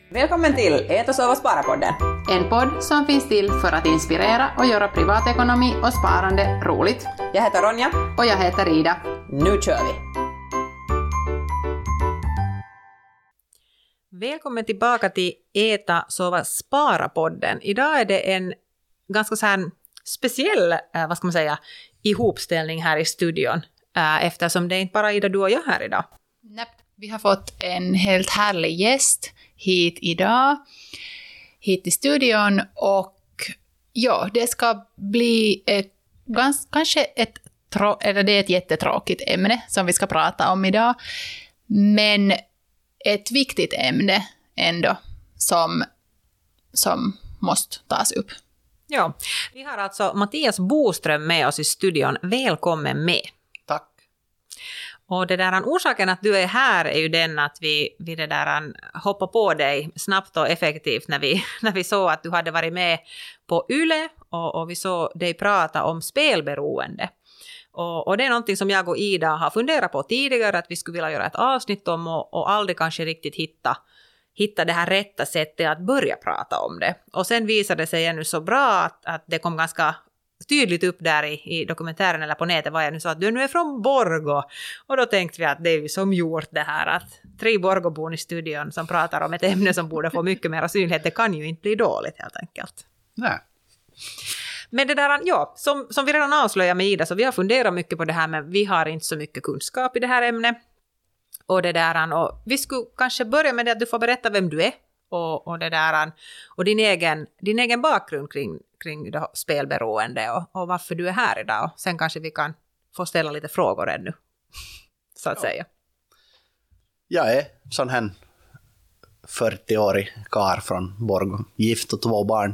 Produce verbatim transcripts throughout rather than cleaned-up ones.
Välkommen till Ät och sova spara-podden. En podd som finns till för att inspirera och göra privatekonomi och sparande roligt. Jag heter Ronja. Och jag heter Ida. Nu kör vi! Välkommen tillbaka till Äta, sova, spara-podden. Idag är det en ganska så här speciell, eh, vad ska man säga, ihopställning här i studion. Eh, eftersom det är inte bara Ida, du och jag här idag. Nej, vi har fått en helt härlig gäst hit idag, hit till studion, och ja, det ska bli ett, gans, kanske ett, eller det är ett jättetråkigt ämne som vi ska prata om idag, men ett viktigt ämne ändå som, som måste tas upp. Ja, vi har alltså Mattias Boström med oss i studion. Välkommen med. Tack. Och det där, orsaken att du är här är ju den att vi, vi det där, hoppar på dig snabbt och effektivt när vi, när vi såg att du hade varit med på Yle och, och vi såg dig prata om spelberoende. Och, och det är någonting som jag och Ida har funderat på tidigare att vi skulle vilja göra ett avsnitt om och, och aldrig kanske riktigt hitta, hitta det här rätta sättet att börja prata om det. Och sen visade det sig ännu så bra att, att det kom ganska tydligt upp där i, i dokumentären eller på nätet var jag nu sa att du nu är från Borgå. Och då tänkte vi att det är ju som gjort det här att tre Borgåbon i studion som pratar om ett ämne som borde få mycket mer synlighet, det kan ju inte bli dåligt helt enkelt. Nej. Men det där, ja, som, som vi redan avslöjar med Ida så vi har funderat mycket på det här men vi har inte så mycket kunskap i det här ämnet. Och det där, och vi skulle kanske börja med det att du får berätta vem du är och, och det där, och din egen, din egen bakgrund kring, kring det spelberoende och, och varför du är här idag. Och sen kanske vi kan få ställa lite frågor ännu, så att ja. säga. Jag är sån här fyrtio-årig karl från Borgå, gift och två barn.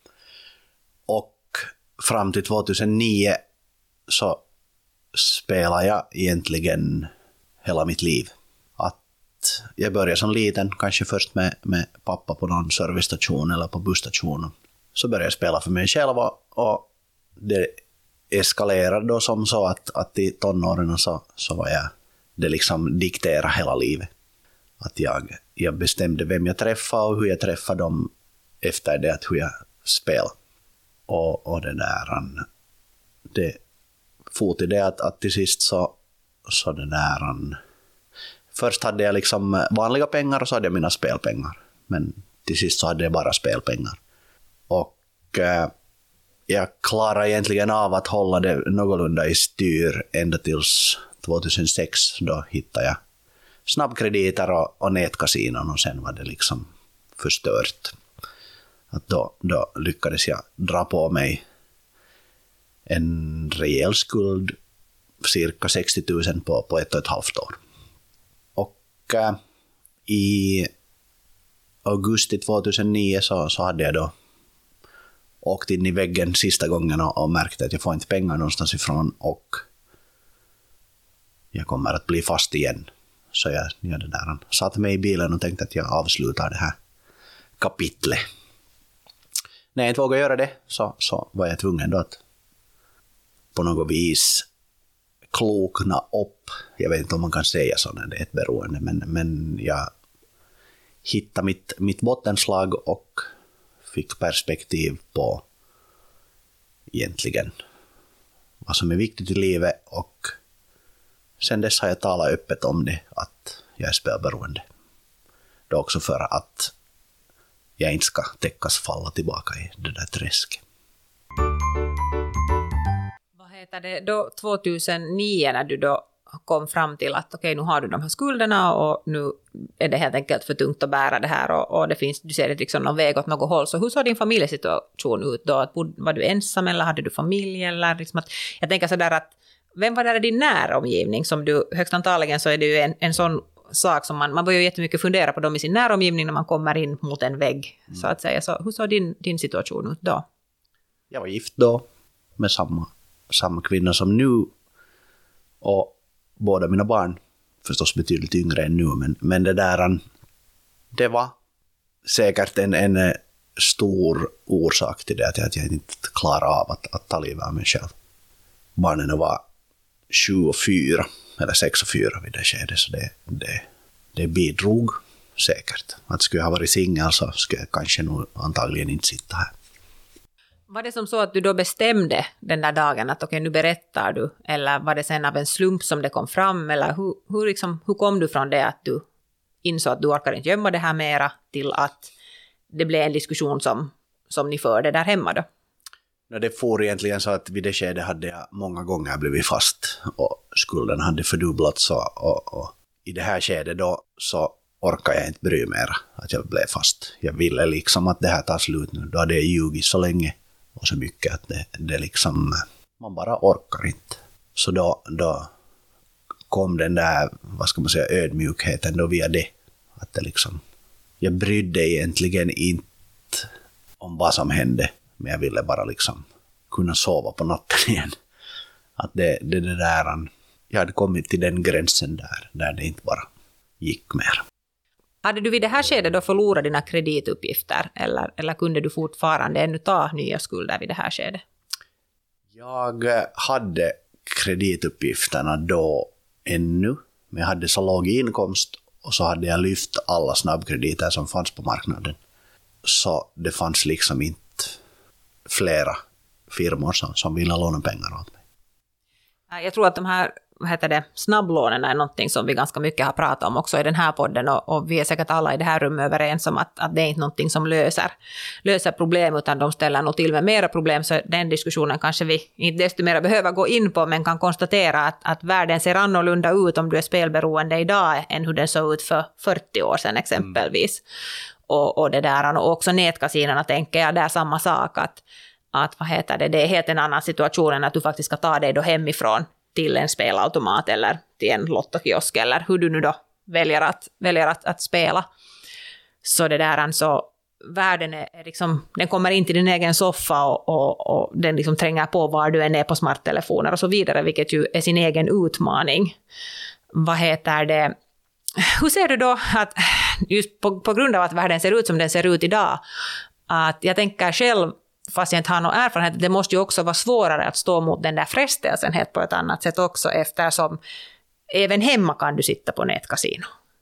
Och fram till tjugohundranio så spelar jag egentligen hela mitt liv. Att jag började som liten, kanske först med, med pappa på någon servicestation eller på busstationen. Så började jag spela för mig själv och det eskalerade då som så att, att i tonåren så, så var jag det liksom diktera hela livet. Att jag, jag bestämde vem jag träffade och hur jag träffade dem efter det att hur jag spelade. Och, och det där, det fot i det att, att till sist så, så det där, först hade jag liksom vanliga pengar och så hade jag mina spelpengar. Men till sist så hade jag bara spelpengar. Och eh, jag klarade egentligen av att hålla det någorlunda i styr ända tills tjugohundrasex. Då hittade jag snabbkrediter och, och nätkasinon och sen var det liksom förstört. Att då, då lyckades jag dra på mig en rejäl skuld, cirka sextio tusen på, på ett och ett halvt år. Och äh, i augusti tjugohundranio så, så hade jag då åkt in i väggen sista gången och, och märkte att jag får inte pengar någonstans ifrån och jag kommer att bli fast igen. Så jag, jag det där, satt mig i bilen och tänkte att jag avslutar det här kapitlet. När jag inte vågade göra det så, så var jag tvungen då att på något vis klokna upp. Jag vet inte om man kan säga så när det är ett beroende, men, men jag hittade mitt, mitt bottenslag och fick perspektiv på egentligen vad som är viktigt i livet, och sen dess har jag talat öppet om det, att jag är spelberoende. Det är också för att jag inte ska täckas falla tillbaka i det där träsket. Vad heter det då tjugohundranio när du då kom fram till att okej, nu har du de här skulderna och nu är det helt enkelt för tungt att bära det här och, och det finns, du ser det liksom någon väg åt något håll. Så hur såg din familjesituation ut då? Var du ensam eller hade du familj? Eller liksom att, jag tänker sådär att vem var där i din näromgivning som du, högst antagligen så är det ju en, en sån sak som man, man börjar ju jättemycket fundera på dem i sin näromgivning när man kommer in mot en vägg, mm. så att säga. Så hur såg din, din situation ut då? Jag var gift då med samma, samma kvinna som nu, och båda mina barn förstås betydligt yngre än nu, men, men det där, det var säkert en, en stor orsak till det, att jag, att jag inte klarade av att, att ta livet av mig själv. Barnen var sju och fyra, eller sex och fyra vid det skedet, så det, det, det bidrog säkert. Att skulle jag ha varit singel så skulle jag kanske nog antagligen inte sitta här. Var det som så att du då bestämde den där dagen att okej, okay, nu berättar du? Eller var det sen av en slump som det kom fram? Eller hur, hur, liksom, hur kom du från det att du insåg att du orkar inte gömma det här mera till att det blev en diskussion som, som ni förde där hemma då? Det får egentligen så att vid det skedet hade jag många gånger blivit fast och skulden hade fördubblats och, och, och i det här skedet då så orkar jag inte bry mera att jag blev fast. Jag ville liksom att det här tar slut nu. Då hade jag ljugit så länge och så mycket att det, det liksom, man bara orkar inte. Så då, då kom den där, vad ska man säga, ödmjukheten då via det. Att det liksom, jag brydde egentligen inte om vad som hände. Men jag ville bara liksom kunna sova på natten igen. Att det, det, det där, jag hade kommit till den gränsen där, där det inte bara gick mer. Hade du vid det här skedet då förlorat dina kredituppgifter? Eller, eller kunde du fortfarande ännu ta nya skulder vid det här skedet? Jag hade kredituppgifterna då ännu. Men jag hade så låg inkomst och så hade jag lyft alla snabbkrediter som fanns på marknaden. Så det fanns liksom inte flera firmor som, som ville låna pengar åt mig. Jag tror att de här, vad heter det, snabblånen är någonting som vi ganska mycket har pratat om också i den här podden och, och vi är säkert alla i det här rummet överens om att, att det är inte någonting som löser, löser problem utan de ställer nog till med mera problem, så den diskussionen kanske vi inte desto mer behöver gå in på, men kan konstatera att, att världen ser annorlunda ut om du är spelberoende idag än hur den såg ut för fyrtio år sedan exempelvis. Mm. Och, och det där, och också nätkasinerna tänker jag, det är samma sak att, att vad heter det, det är helt en annan situation än att du faktiskt ska ta dig då hemifrån till en spelautomat eller till en lottokiosk eller hur du nu då väljer att, väljer att, att spela. Så det där, så världen är, är liksom, den kommer in till din egen soffa och, och, och den liksom tränger på var du än är på smarttelefoner och så vidare, vilket ju är sin egen utmaning. Vad heter det? Hur ser du då att just på, på grund av att världen ser ut som den ser ut idag, att jag tänker själv, fast jag inte har någon erfarenhet, det måste ju också vara svårare att stå mot den där frestelsen helt på ett annat sätt också, eftersom även hemma kan du sitta på nätkasino.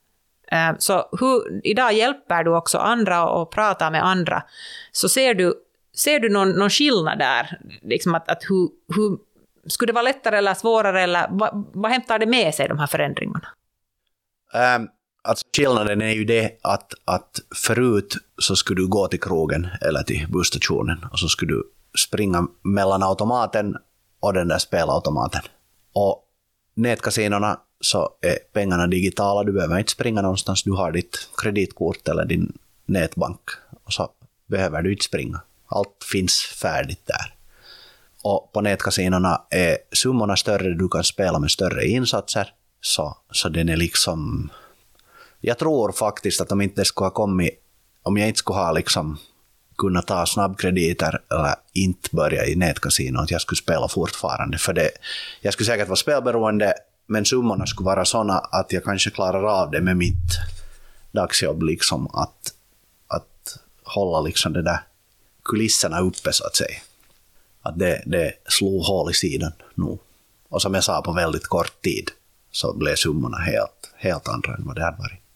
Så hur, idag hjälper du också andra och pratar med andra, så ser du, ser du någon, någon skillnad där, liksom att, att hur, hur, skulle det vara lättare eller svårare, eller vad, vad hämtar det med sig de här förändringarna? Um, alltså skillnaden är ju det att, att förut så skulle du gå till krogen eller till busstationen och så skulle du springa mellan automaten och den där spelautomaten. Och nätkasinorna så är pengarna digitala, du behöver inte springa någonstans, du har ditt kreditkort eller din nätbank och så behöver du inte springa. Allt finns färdigt där. Och på nätkasinorna är summorna större, du kan spela med större insatser. Så, så den är liksom, jag tror faktiskt att om inte det skulle ha kommit, om jag inte skulle ha liksom kunnat ta snabbkrediter eller inte börja i nätkasino, att jag skulle spela fortfarande, för det, jag skulle säkert vara spelberoende, men summorna skulle vara sådana att jag kanske klarar av det med mitt dagsjobb, liksom att, att hålla liksom det där kulisserna uppe så att säga, att det, det slog hål i sidan nu, och som jag sa, på väldigt kort tid så blev summorna helt, helt andra än vad det hade varit.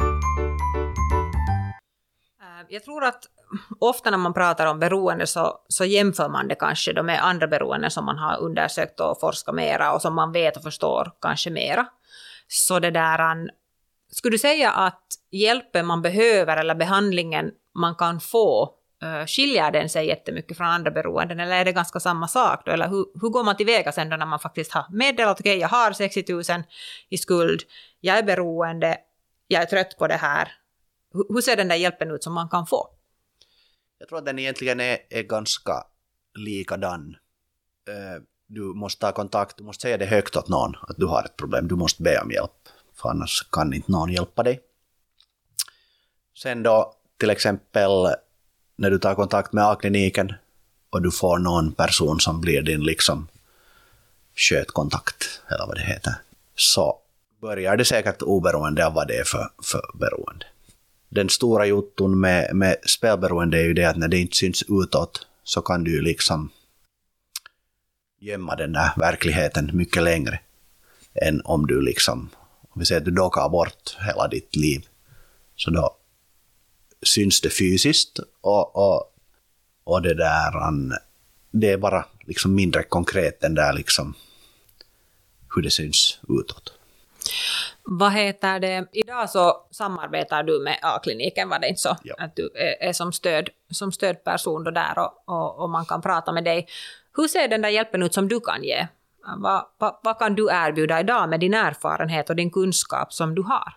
Jag tror att ofta när man pratar om beroende så, så jämför man det kanske då med andra beroenden som man har undersökt och forskat mera och som man vet och förstår kanske mera. Så det där, skulle du säga att hjälpen man behöver eller behandlingen man kan få, skiljer den sig jättemycket från andra beroenden, eller är det ganska samma sak då? Eller hur, hur går man tillväga sen då när man faktiskt har meddelat okej, okay, jag har sextio tusen i skuld, jag är beroende, jag är trött på det här. Hur, hur ser den där hjälpen ut som man kan få? Jag tror att den egentligen är, är ganska likadan. Du måste ta kontakt, du måste säga det högt åt någon att du har ett problem, du måste be om hjälp, för annars kan inte någon hjälpa dig. Sen då till exempel när du tar kontakt med A-kliniken och du får någon person som blir din liksom skötkontakt eller vad det heter, så börjar det säkert oberoende av vad det är för, för beroende. Den stora jotton med, med spelberoende är ju det att när det inte syns utåt så kan du liksom gömma den där verkligheten mycket längre än om du liksom, om vi säger att du dockar bort hela ditt liv, Så då syns det fysiskt och, och, och det där, det är bara liksom mindre konkret än där liksom hur det syns utåt. Vad heter det? Idag så samarbetar du med A-kliniken, var det inte så? Ja. Att du är, är som, stöd, som stödperson då där och, och, och man kan prata med dig. Hur ser den där hjälpen ut som du kan ge? Vad, vad, vad kan du erbjuda idag med din erfarenhet och din kunskap som du har?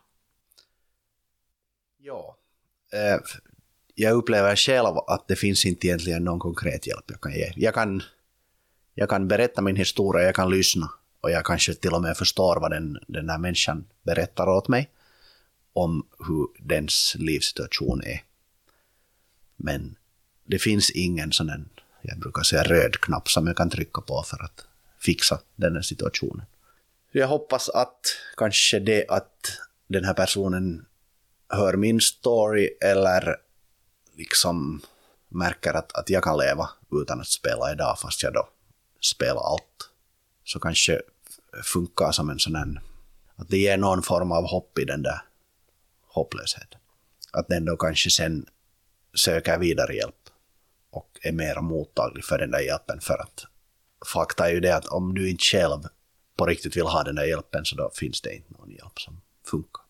Ja, eh, jag upplever själv att det finns inte egentligen någon konkret hjälp jag kan ge. Jag kan, jag kan berätta min historia, jag kan lyssna och jag kanske till och med förstår vad den, den där människan berättar åt mig om hur dens livssituation är. Men det finns ingen sån en, jag brukar säga röd knapp som jag kan trycka på för att fixa den här situationen. Jag hoppas att kanske det att den här personen hör min story eller liksom märker att, att jag kan leva utan att spela idag fast jag då spelar allt. Så kanske funkar som en sån här, att det ger någon form av hopp i den där hopplösheten. Att den då kanske sen söker vidare hjälp och är mer mottaglig för den där hjälpen, för att fakta är ju det att om du inte själv på riktigt vill ha den där hjälpen så då finns det inte någon hjälp som funkar.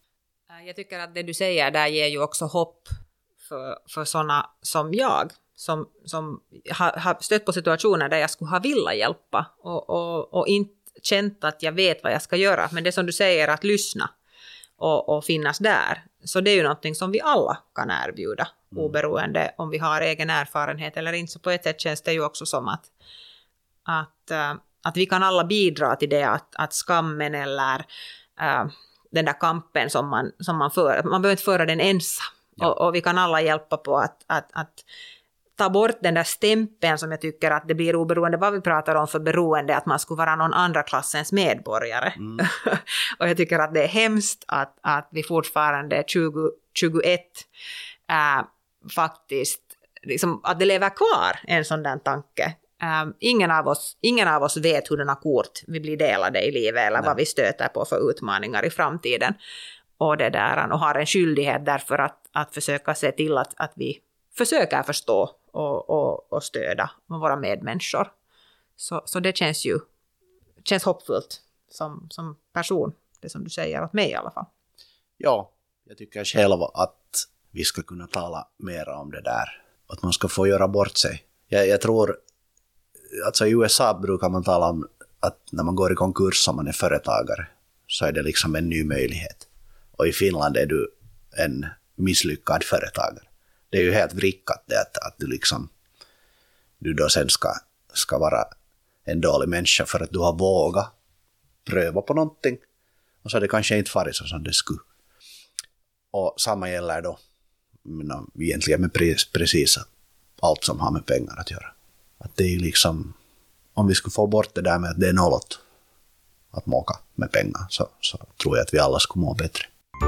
Jag tycker att det du säger där ger ju också hopp för, för sådana som jag som, som har, har stött på situationer där jag skulle ha vilja hjälpa och, och, och inte känt att jag vet vad jag ska göra. Men det som du säger, att lyssna och, och finnas där, så det är ju någonting som vi alla kan erbjuda mm. oberoende om vi har egen erfarenhet eller inte. Så på ett sätt känns det ju också som att, att, äh, att vi kan alla bidra till det, att, att skammen eller äh, den där kampen som man, som man för, man behöver inte föra den ensam. Ja. Och, och vi kan alla hjälpa på att, att, att ta bort den där stämpeln som jag tycker att det blir oberoende vad vi pratar om för beroende, att man skulle vara någon andra klassens medborgare. Mm. Och jag tycker att det är hemskt att, att vi fortfarande tjugo tjugoett äh, faktiskt, liksom, att det lever kvar en sån där tanke. Um, ingen, av oss, ingen av oss vet hurdana kort vi blir delade i livet eller Nej. Vad vi stöter på för utmaningar i framtiden. Och, det där, och har en skyldighet därför att, att försöka se till att, att vi försöker förstå och, och, och stödja våra medmänniskor. Så, så det känns ju känns hoppfullt som, som person, det som du säger åt mig i alla fall. Ja, jag tycker själv att vi ska kunna tala mer om det där. Att man ska få göra bort sig. Jag, jag tror, alltså i U S A brukar man tala om att när man går i konkurs som man är företagare så är det liksom en ny möjlighet. Och i Finland är du en misslyckad företagare. Det är ju helt vrickat det att, att du liksom du då sen ska, ska vara en dålig människa för att du har vågat pröva på någonting och så är det kanske inte farit så som det skulle. Och samma gäller då men, egentligen med precis allt som har med pengar att göra. Att det är liksom, om vi skulle få bort det där med att det är något att måka med pengar så, så tror jag att vi alla skulle må bättre.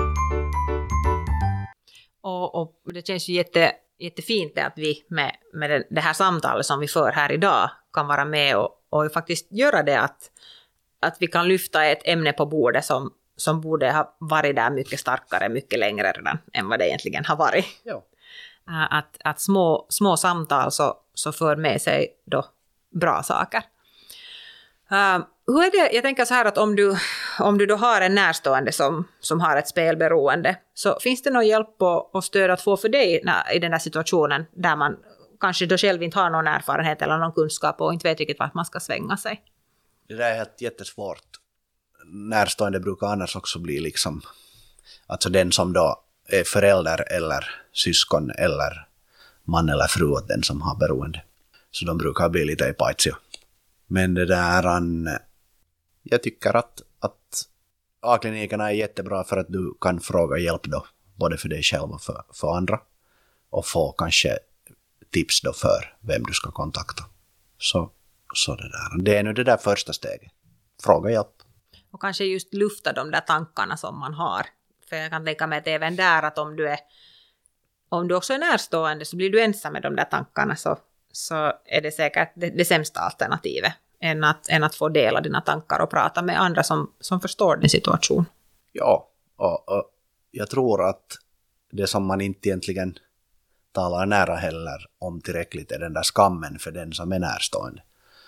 Och, och det känns ju jätte, jättefint att vi med, med det här samtalet som vi för här idag kan vara med och, och faktiskt göra det att, att vi kan lyfta ett ämne på bordet som, som borde ha varit där mycket starkare, mycket längre redan än vad det egentligen har varit. Ja. Att, att små, små samtal så, så för med sig då bra saker. Uh, hur är det, jag tänker så här att om du, om du då har en närstående som, som har ett spelberoende, så finns det någon hjälp och, och stöd att få för dig när, i den där situationen där man kanske då själv inte har någon erfarenhet eller någon kunskap och inte vet riktigt vart man ska svänga sig? Det där är helt jättesvårt. Närstående brukar annars också bli liksom, alltså den som då är förälder eller syskon eller man eller fru åt den som har beroende. Så de brukar bli lite i paitsio. Men det där, jag tycker att, att A-klinikerna är jättebra för att du kan fråga hjälp då, både för dig själv och för, för andra. Och få kanske tips då för vem du ska kontakta. Så, så det där. Det är nu det där första steget. Fråga hjälp. Och kanske just lufta de där tankarna som man har. För jag kan tänka mig att även där att om du är om du också är närstående så blir du ensam med de där tankarna så, så är det säkert det, det sämsta alternativet än att, än att få dela dina tankar och prata med andra som, som förstår din situation. Ja, och, och jag tror att det som man inte egentligen talar nära heller om tillräckligt är den där skammen för den som är närstående.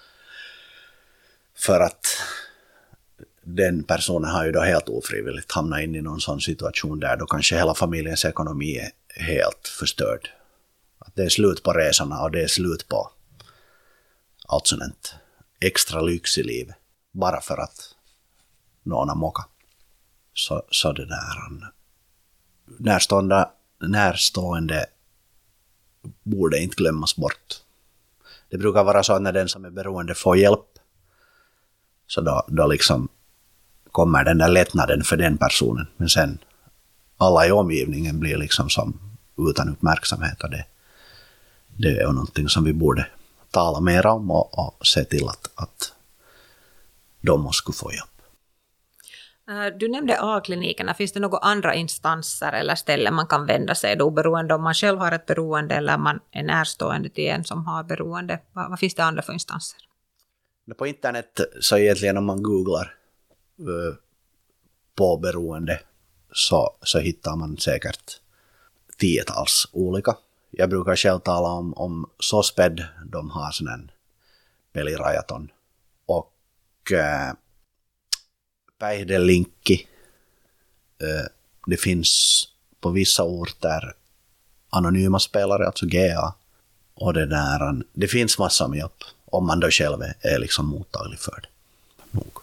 För att den personen har ju då helt ofrivilligt hamnat in i någon sån situation där då kanske hela familjens ekonomi är helt förstörd. Att det är slut på resorna och det är slut på allt sånt extra lyx i livet. Bara för att någon har mockat. Så, så det där närstående, närstående borde inte glömmas bort. Det brukar vara så att när den som är beroende får hjälp så då, då liksom kommer den där lättnaden för den personen. Men sen alla i omgivningen blir liksom som utan uppmärksamhet. Och det, det är någonting som vi borde tala mer om och, och se till att, att de måste få hjälp. Du nämnde A-klinikerna. Finns det några andra instanser eller ställen man kan vända sig då, beroende om man själv har ett beroende eller man är närstående till en som har beroende? Vad, vad finns det andra för instanser? På internet så egentligen om man googlar uh, på beroende så, så hittar man säkert tiotals olika. Jag brukar själv tala om, om SOSPED, de har sån en pelirajaton. Och uh, Päihdelinkki, uh, det finns på vissa orter anonyma spelare, alltså G A. Och det där, det finns massor med hjälp. Om man då själv är liksom mottaglig för det. Nog.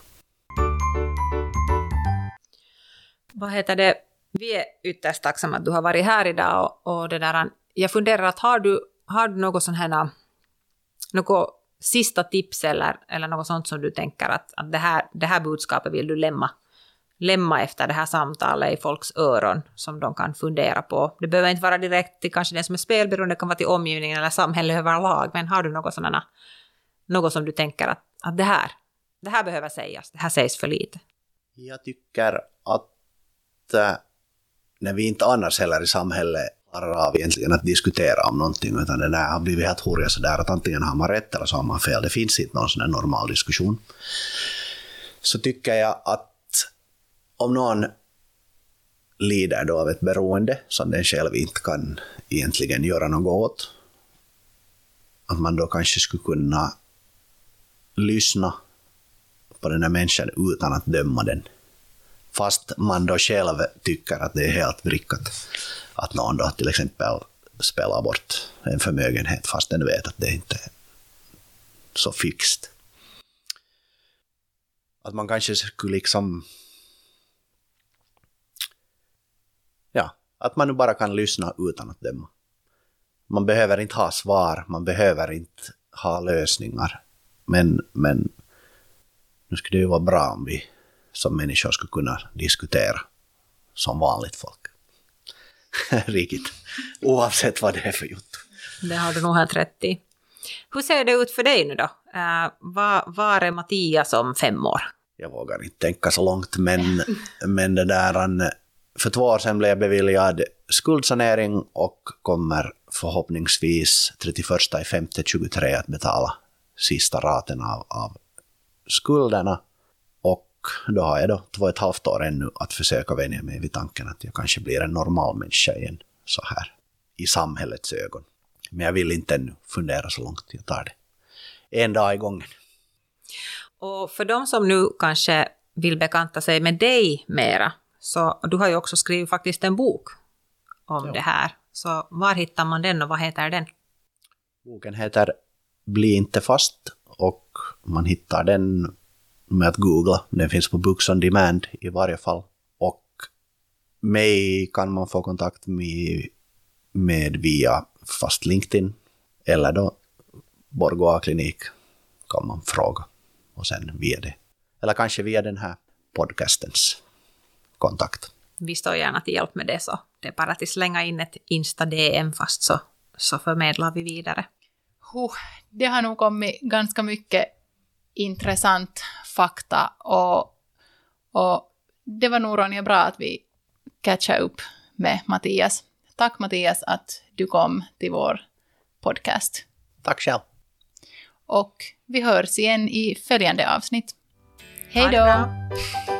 Vad heter det? Vi är ytterst tacksamma att du har varit här idag. Och, och det där, jag funderar att har du, har du något sån här, något sista tips eller, eller något sånt som du tänker att, att det, här, det här budskapet vill du lämna, lämna efter det här samtalet i folks öron som de kan fundera på. Det behöver inte vara direkt till kanske den som är spelberoende, det kan vara till omgivningen eller samhället överlag. Men har du något sådana, något som du tänker att, att det här, det här behöver sägas, det här sägs för lite? Jag tycker att äh, när vi inte annars heller i samhället klarar av egentligen att diskutera om någonting, utan det där har blivit helt horriga sådär att antingen har man rätt eller så har man fel. Det finns inte någon sån här normal diskussion. Så tycker jag att om någon lider då av ett beroende som den själv inte kan egentligen göra något åt, att man då kanske skulle kunna lyssna på den här människan utan att döma den. Fast man då själv tycker att det är helt vrickat att någon då till exempel spelar bort en förmögenhet fast den vet att det inte är så fixt. Att man kanske skulle liksom ja, att man nu bara kan lyssna utan att döma. Man behöver inte ha svar, man behöver inte ha lösningar. Men, men nu skulle det ju vara bra om vi som människor skulle kunna diskutera som vanligt folk. Riktigt. Oavsett vad det är för gjort. Det har du nog helt rätt i. Hur ser det ut för dig nu då? Uh, var, var är Mattias om fem år? Jag vågar inte tänka så långt, men, men det där, för två år sedan blev jag beviljad skuldsanering och kommer förhoppningsvis trettioförsta femte tjugotre att betala sista raten av, av skulderna. Och då har jag då två och ett halvt år ännu att försöka vänja mig vid tanken att jag kanske blir en normal människa igen så här i samhällets ögon. Men jag vill inte ännu fundera så långt, jag tar det en dag i gången. Och för de som nu kanske vill bekanta sig med dig mera, så du har ju också skrivit faktiskt en bok om ja. det här. Så var hittar man den och vad heter den? Boken heter Bli inte fast och man hittar den med att googla. Den finns på Books on Demand i varje fall. Och mig kan man få kontakt med, med via fast LinkedIn eller då Borgå A-klinik kan man fråga. Och sen via det. Eller kanske via den här podcastens kontakt. Vi står gärna till hjälp med det, så det är bara att slänga in ett Insta-D M fast så, så förmedlar vi vidare. Huh, det har nog kommit ganska mycket intressant fakta och, och det var nog Ronja bra att vi catchade upp med Mattias. Tack Mattias att du kom till vår podcast. Tack själv. Och vi hörs igen i följande avsnitt. Hej då!